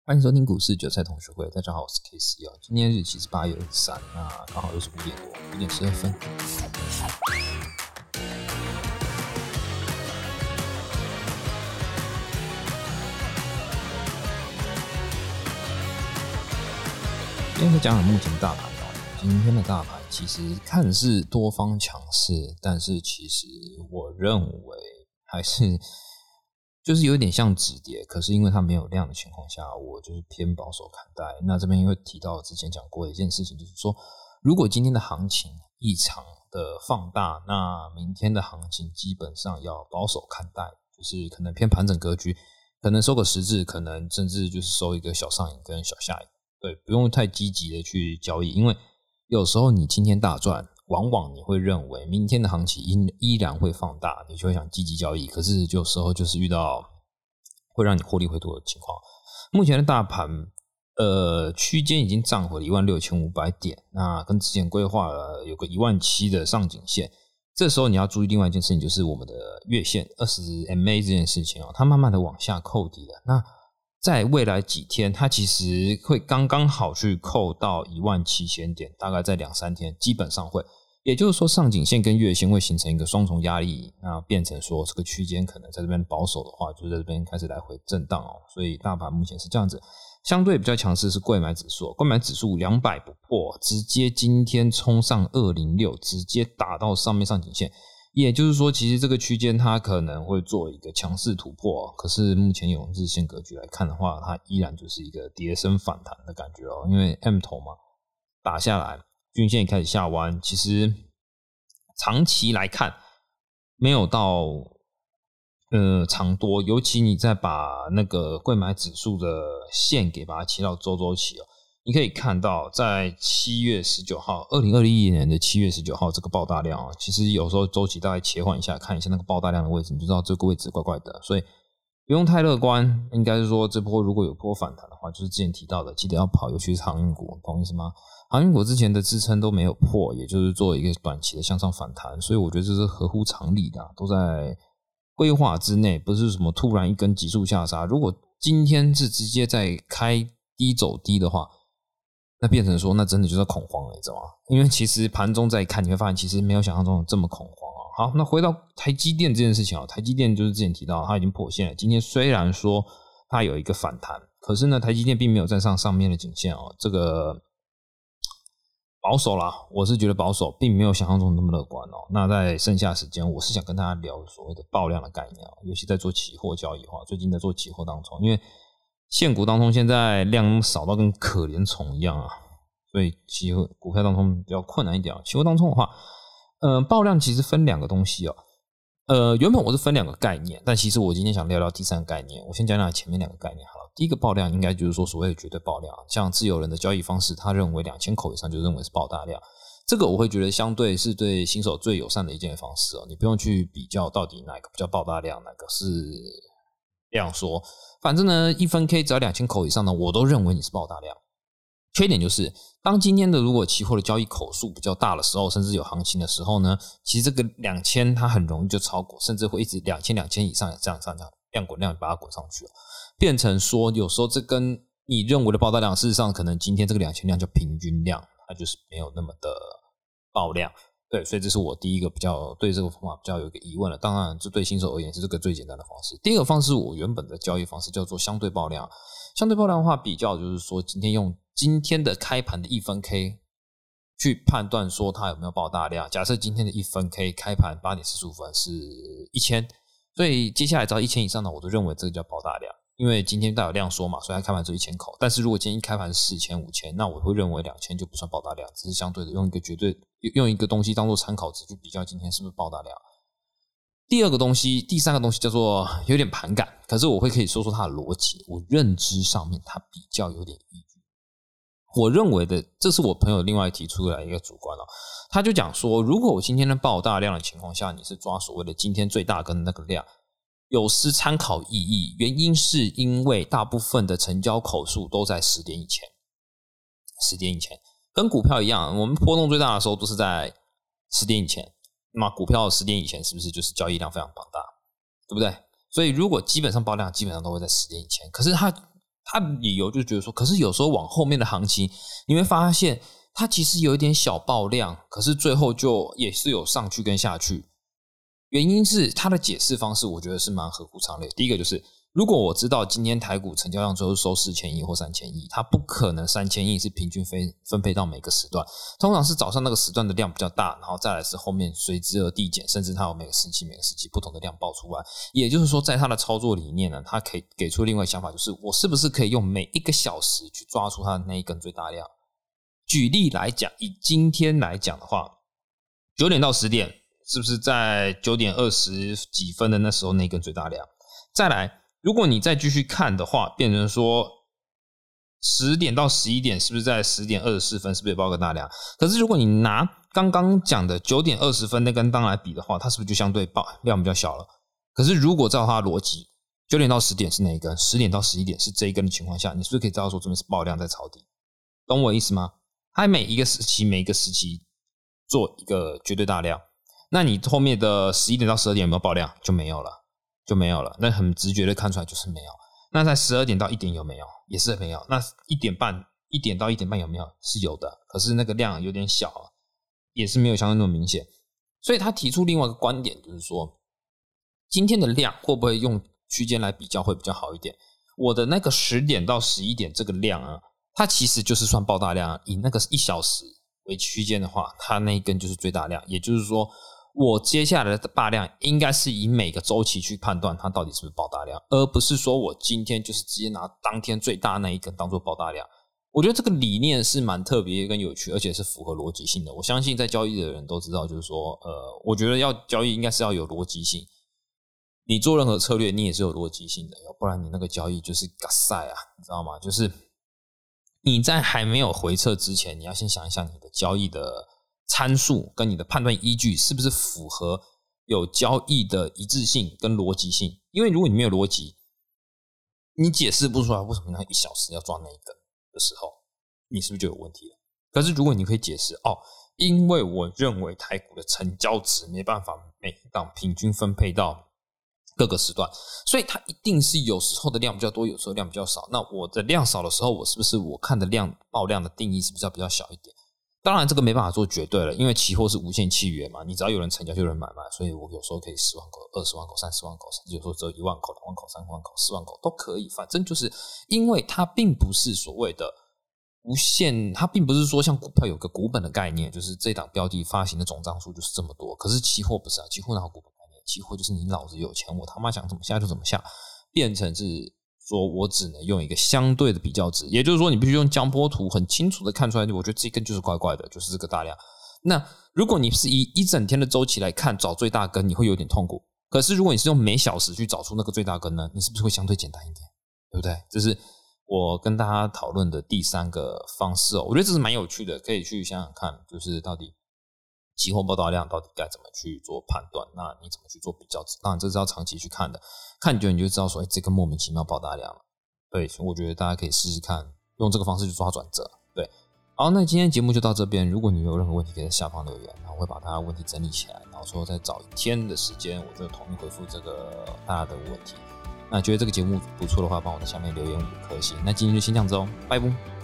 欢迎收听股市韭菜同学会，大家好，我是 KC 哦。今天日期是8月23，那刚好又是5点多，5点12分。今天会讲讲目前大盘哦。今天的大盘其实看似多方强势，但是其实我认为还是就是有点像止跌，可是因为它没有量的情况下，我就是偏保守看待。那这边因为提到之前讲过的一件事情，就是说如果今天的行情异常的放大，那明天的行情基本上要保守看待，就是可能偏盘整格局，可能收个十字，可能甚至就是收一个小上影跟小下影。对，不用太积极的去交易，因为有时候你今天大赚，往往你会认为明天的行情依然会放大，你就会想积极交易，可是有时候就是遇到会让你获利回吐的情况。目前的大盘区间已经站回了16500点，那跟之前规划了有个17000的上颈线。这时候你要注意另外一件事情，就是我们的月线20MA 这件事情它慢慢的往下扣底了。那在未来几天，它其实会刚刚好去扣到17000点，大概在2-3天基本上会，也就是说上颈线跟月线会形成一个双重压力，那变成说这个区间可能在这边保守的话，就在这边开始来回震荡所以大盘目前是这样子。相对比较强势是柜买指数，柜买指数200不破，直接今天冲上206，直接打到上面上颈线。也就是说其实这个区间它可能会做一个强势突破，可是目前用日线格局来看的话，它依然就是一个跌升反弹的感觉因为 M 头嘛打下来，均线也开始下弯，其实长期来看没有到长多，尤其你再把那个柜买指数的线给把它切到周期你可以看到在7月19号2021年的7月19号这个爆大量其实有时候周期大概切换一下，看一下那个爆大量的位置，你就知道这个位置怪怪的，所以不用太乐观。应该是说这波如果有波反弹的话，就是之前提到的记得要跑，尤其是航运股，懂意思吗？航运股之前的支撑都没有破，也就是做一个短期的向上反弹，所以我觉得这是合乎常理的都在规划之内，不是什么突然一根急速下杀。如果今天是直接在开低走低的话，那变成说那真的就是恐慌了，你知道吗？因为其实盘中再看，你会发现其实没有想象中的这么恐慌好，那回到台积电这件事情台积电就是之前提到它已经破线了，今天虽然说它有一个反弹，可是呢台积电并没有站上面的颈线这个保守啦，我是觉得保守，并没有想象中那么乐观那在剩下时间，我是想跟大家聊所谓的爆量的概念尤其在做期货交易的话，最近在做期货当中，因为现股当中现在量少到跟可怜虫一样所以期货股票当中比较困难一点期货当中的话爆量其实分两个东西原本我是分两个概念，但其实我今天想聊聊第三个概念。我先讲讲前面两个概念好了。第一个爆量应该就是说所谓的绝对爆量，像自由人的交易方式，他认为2000口以上就认为是爆大量，这个我会觉得相对是对新手最友善的一件方式你不用去比较到底哪个比较爆大量，哪个是量缩，反正呢1分 K 只要2000口以上呢，我都认为你是爆大量。缺点就是当今天的如果期货的交易口数比较大的时候，甚至有行情的时候呢，其实这个2000它很容易就超过，甚至会一直2000以上这样量滚量把它滚上去变成说有时候这跟你认为的爆大量，事实上可能今天这个2000量叫平均量，它就是没有那么的爆量。对，所以这是我第一个比较对这个方法比较有一个疑问了。当然这对新手而言是这个最简单的方式。第二个方式，我原本的交易方式叫做相对爆量。相对爆量的话，比较就是说今天用今天的开盘的1分 K 去判断说它有没有爆大量。假设今天的1分 K 开盘8点45分是1000，所以接下来只要1000以上的我都认为这个叫爆大量，因为今天带有量缩嘛，所以它开盘只有1000口。但是如果今天一开盘是4000、5000，那我会认为2000就不算爆大量，只是相对的用一个东西当做参考值去比较今天是不是爆大量。第三个东西叫做有点盘感，可是我会可以说它的逻辑，我认知上面它比较有点依据。我认为的，这是我朋友另外提出来一个主观他就讲说，如果我今天的爆大量的情况下，你是抓所谓的今天最大根的那个量，有失参考意义，原因是因为大部分的成交口数都在10点以前，10点以前跟股票一样，我们波动最大的时候都是在10点以前，那么股票10点以前是不是就是交易量非常庞大，对不对？所以如果基本上爆量基本上都会在10点以前，可是它他的理由就觉得说，可是有时候往后面的行情，你会发现它其实有一点小爆量，可是最后就也是有上去跟下去。原因是他的解释方式，我觉得是蛮合乎常理。第一个就是，如果我知道今天台股成交量最后收4000亿或3000亿，它不可能3000亿是平均分配到每个时段，通常是早上那个时段的量比较大，然后再来是后面随之而递减，甚至它有每个时期不同的量爆出来。也就是说，在它的操作理念呢，它可以给出另外一个想法，就是我是不是可以用每一个小时去抓出它的那一根最大量。举例来讲，以今天来讲的话，9点到10点是不是在9点20几分的那时候那根最大量？再来，如果你再继续看的话，变成说10点到11点是不是在10点24分是不是也爆个大量？可是如果你拿刚刚讲的9点20分那根当来比的话，它是不是就相对量比较小了？可是如果照它的逻辑，9点到10点是哪一根，10点到11点是这一根的情况下，你是不是可以知道说这边是爆量在抄底？懂我意思吗？它每一个时期做一个绝对大量，那你后面的11点到12点有没有爆量？就没有了。那很直觉的看出来就是没有。那在12点到1点有没有？也是没有。那1点到1点半有没有？是有的，可是那个量有点小，也是没有相对那么明显。所以他提出另外一个观点，就是说今天的量会不会用区间来比较会比较好一点？我的那个10点到11点这个量啊，它其实就是算爆大量，以那个1小时为区间的话，它那一根就是最大量。也就是说，我接下来的大量应该是以每个周期去判断它到底是不是爆大量，而不是说我今天就是直接拿当天最大那一根当做爆大量。我觉得这个理念是蛮特别跟有趣，而且是符合逻辑性的。我相信在交易的人都知道，就是说我觉得要交易应该是要有逻辑性。你做任何策略你也是有逻辑性的，要不然你那个交易就是嘎赛啊，你知道吗？就是你在还没有回撤之前，你要先想一下你的交易的参数跟你的判断依据是不是符合有交易的一致性跟逻辑性。因为如果你没有逻辑，你解释不出来为什么那1小时要抓那一根的时候，你是不是就有问题了？可是如果你可以解释因为我认为台股的成交值没办法每档平均分配到各个时段，所以它一定是有时候的量比较多，有时候量比较少。那我的量少的时候，我是不是我看的爆量的定义是不是要比较小一点？当然这个没办法做绝对了，因为期货是无限契约嘛，你只要有人成交就有人买卖，所以我有时候可以10万口、20万口、30万口，甚至有时候只有1万口、2万口、3万口、4万口都可以。反正就是因为它并不是所谓的无限，它并不是说像股票有个股本的概念，就是这档标的发行的总张数就是这么多。可是期货不是啊，期货哪有股本概念？期货就是你老子有钱，我他妈想怎么下就怎么下，变成是说我只能用一个相对的比较值，也就是说你必须用江波图很清楚的看出来，我觉得这根就是怪怪的，就是这个大量。那如果你是以一整天的周期来看找最大根，你会有点痛苦。可是如果你是用每小时去找出那个最大根呢，你是不是会相对简单一点？对不对？这是我跟大家讨论的第3个方式我觉得这是蛮有趣的，可以去想想看，就是到底期货爆大量到底该怎么去做判断，那你怎么去做比较值？当然这是要长期去看的，看久你就知道说这个莫名其妙爆大量了。对，所以我觉得大家可以试试看用这个方式去抓转折。对，好，那今天节目就到这边，如果你有任何问题可以在下方留言，然后我会把大家问题整理起来，然后之后再找一天的时间我就统一回复这个大家的问题。那觉得这个节目不错的话，帮我在下面留言5颗星。那今天就先这样子拜拜。